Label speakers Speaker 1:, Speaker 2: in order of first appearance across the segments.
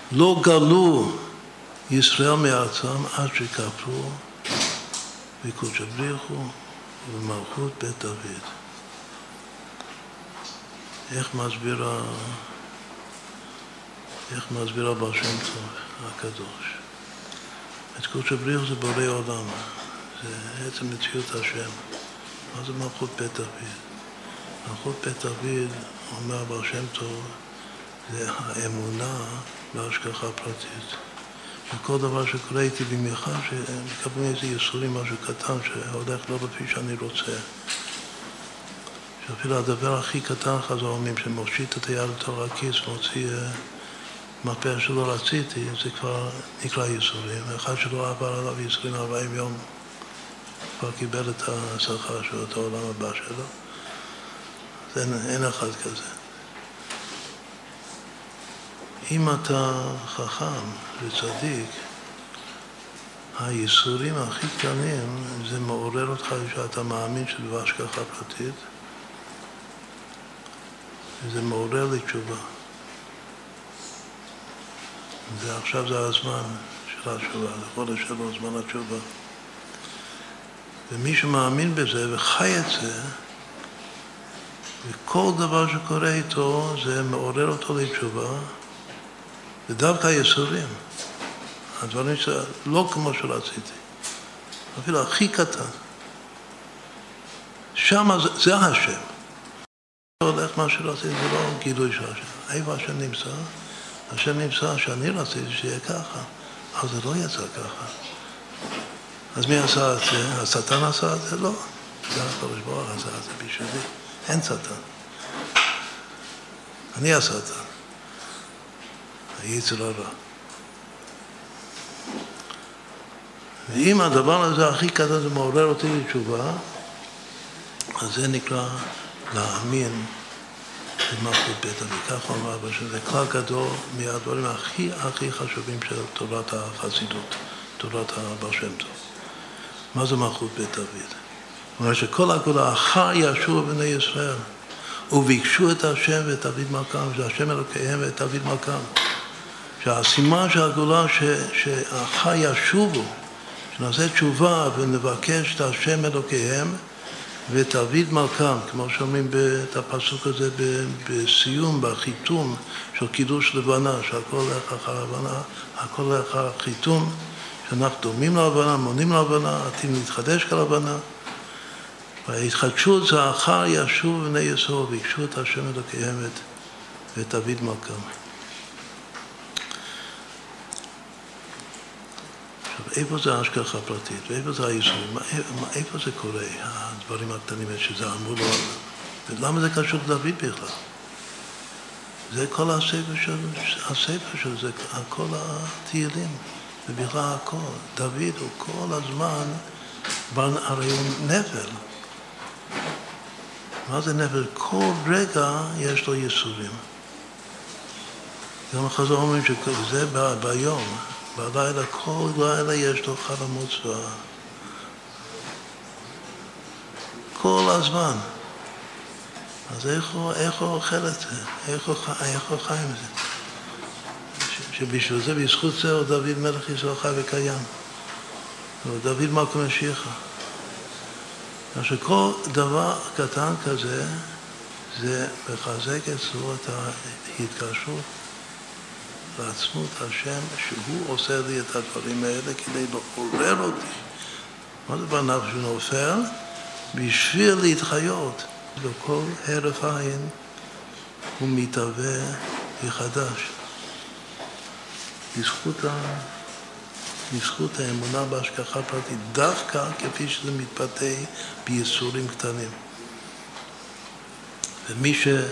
Speaker 1: לא גלו ישראל מארצם עד שכפרו בקודש בריחו ובמלכות בית דוד. איך מסביר הבעל שם טוב הקדוש? את קודש בריחו זה בורא עולם, זה עצם מציאות השם. מה זה מלכות בית דוד? מלכות בית דוד, אומר הבעל שם טוב, זה האמונה בהשגחה פרטית. וכל דבר שקורה איתי במיוחד, שמקבלים איזה יסורים, משהו קטן, שהולך לא לפי שאני רוצה. שאפילו הדבר הכי קטן חז"ל אומרים, שמושיט את היד לתוך הכיס ומוציא מטבע שלא רציתי, זה כבר נקרא יסורים. אחד שלא עבר עליו יסורים 40 יום, כבר קיבל את השכר של אותו העולם הבא שלו. אז אין אחד כזה. אם אתה חכם וצדיק, היסורים הכי קטנים זה מעורר אותך שאתה מאמין שזה בהשגחה פרטית, וזה מעורר לתשובה. עכשיו זה הזמן של התשובה, זה חודש שלו, זמן התשובה. ומי שמאמין בזה וחי את זה, וכל דבר שקורה איתו זה מעורר אותו לתשובה, ודווקא היסורים, הדברים שלא כמו שרציתי, אפילו הכי קטן, שם זה השם. הולך מה שרציתי, זה לא גילוי של השם. איפה השם נמצא? השם נמצא שאני רציתי שיהיה ככה, אבל זה לא יצא ככה. אז מי עשה את זה? השטן עשה את זה? לא. זה הקדוש ברוך הוא עשה את זה בשבילי. אין שטן. אני השטן. היצר הרע. ואם הדבר הזה הכי קטן זה מעורר אותי לתשובה, אז זה נקרא להאמין במלכות בית דוד. כך אומר אבא שזה כלל גדול מהדברים הכי חשובים של תורת החסידות, תורת הבעל שם טוב. מה זה מלכות בית דוד? הוא אומר שכל הגולה אחר ישוע בני ישראל וביקשו את השם ואת דוד מלכם, שהשם אלוקיהם ואת דוד מלכם. שהסימן של הגולה שאחר ישובו, שנעשה תשובה ונבקש את השם אלוקיהם ואת דוד מלכם, כמו שאומרים את הפסוק הזה בסיום, בחיתום של קידוש לבנה, שהכל הולך אחר הבנה, הכל הולך אחר חיתום, שאנחנו דומים להבנה, מונים להבנה, עתידים להתחדש כלהבנה. וההתחדשות זה אחר ישוב בני ישראל, וביקשו את השם אלוקיהם ואת דוד מלכם. איפה זה ההשגחה פרטית? ואיפה זה היסורים? איפה זה קורה, הדברים הקטנים שזה אמרו לו? ולמה זה קשור לדוד בכלל? זה כל הספר של זה, כל התהילים, ובכלל הכל. דוד הוא כל הזמן, הרי הוא נבל. מה זה נבל? כל רגע יש לו יסורים. גם החז"ל אומרים שזה ביום. בלילה, כל לילה יש לו חלומות זוועה. כל הזמן. אז איך הוא אוכל את זה? איך הוא חי עם זה? שבשביל זה, בזכות זה, הוא דוד מלך ישראל חי וקיים. הוא דוד מלכו משיחה. עכשיו, כל דבר קטן כזה, זה מחזק אצלו את ההתקשרות לעצמות השם, שהוא עושה לי את הדברים האלה כדי לעורר אותי. מה זה בנפש שנופל? בשביל להתחיות. בכל הרף עין הוא מתהווה מחדש. בזכות האמונה בהשגחה פרטית, דווקא כפי שזה מתבטא בייסורים קטנים. ומי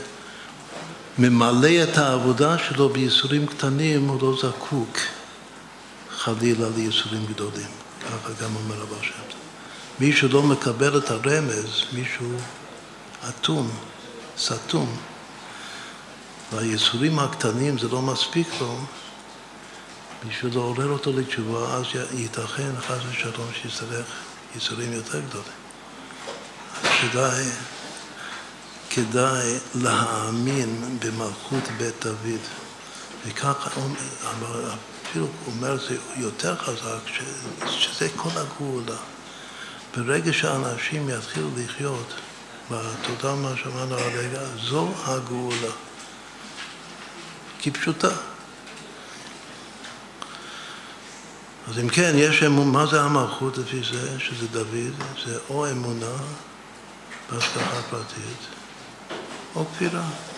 Speaker 1: ממלא את העבודה שלו בייסורים קטנים, הוא לא זקוק חלילה לייסורים גדולים. ככה גם אומר הבעל שם טוב. מי שלא מקבל את הרמז, מישהו אטום, סתום, והייסורים הקטנים זה לא מספיק לו, בשביל לעורר אותו לתשובה, אז ייתכן חס ושלום שיצטרך ייסורים יותר גדולים. כדאי להאמין במלכות בית דוד וככה, אפילו הוא אומר זה יותר חזק, שזה כל הגאולה. ברגע שאנשים יתחילו לחיות בתודה מה שאמרנו הרגע, זו הגאולה. כפשוטה. אז אם כן, יש אמון, מה זה המלכות לפי זה? שזה דוד, זה או אמונה בהשגחה פרטית, או כפירה.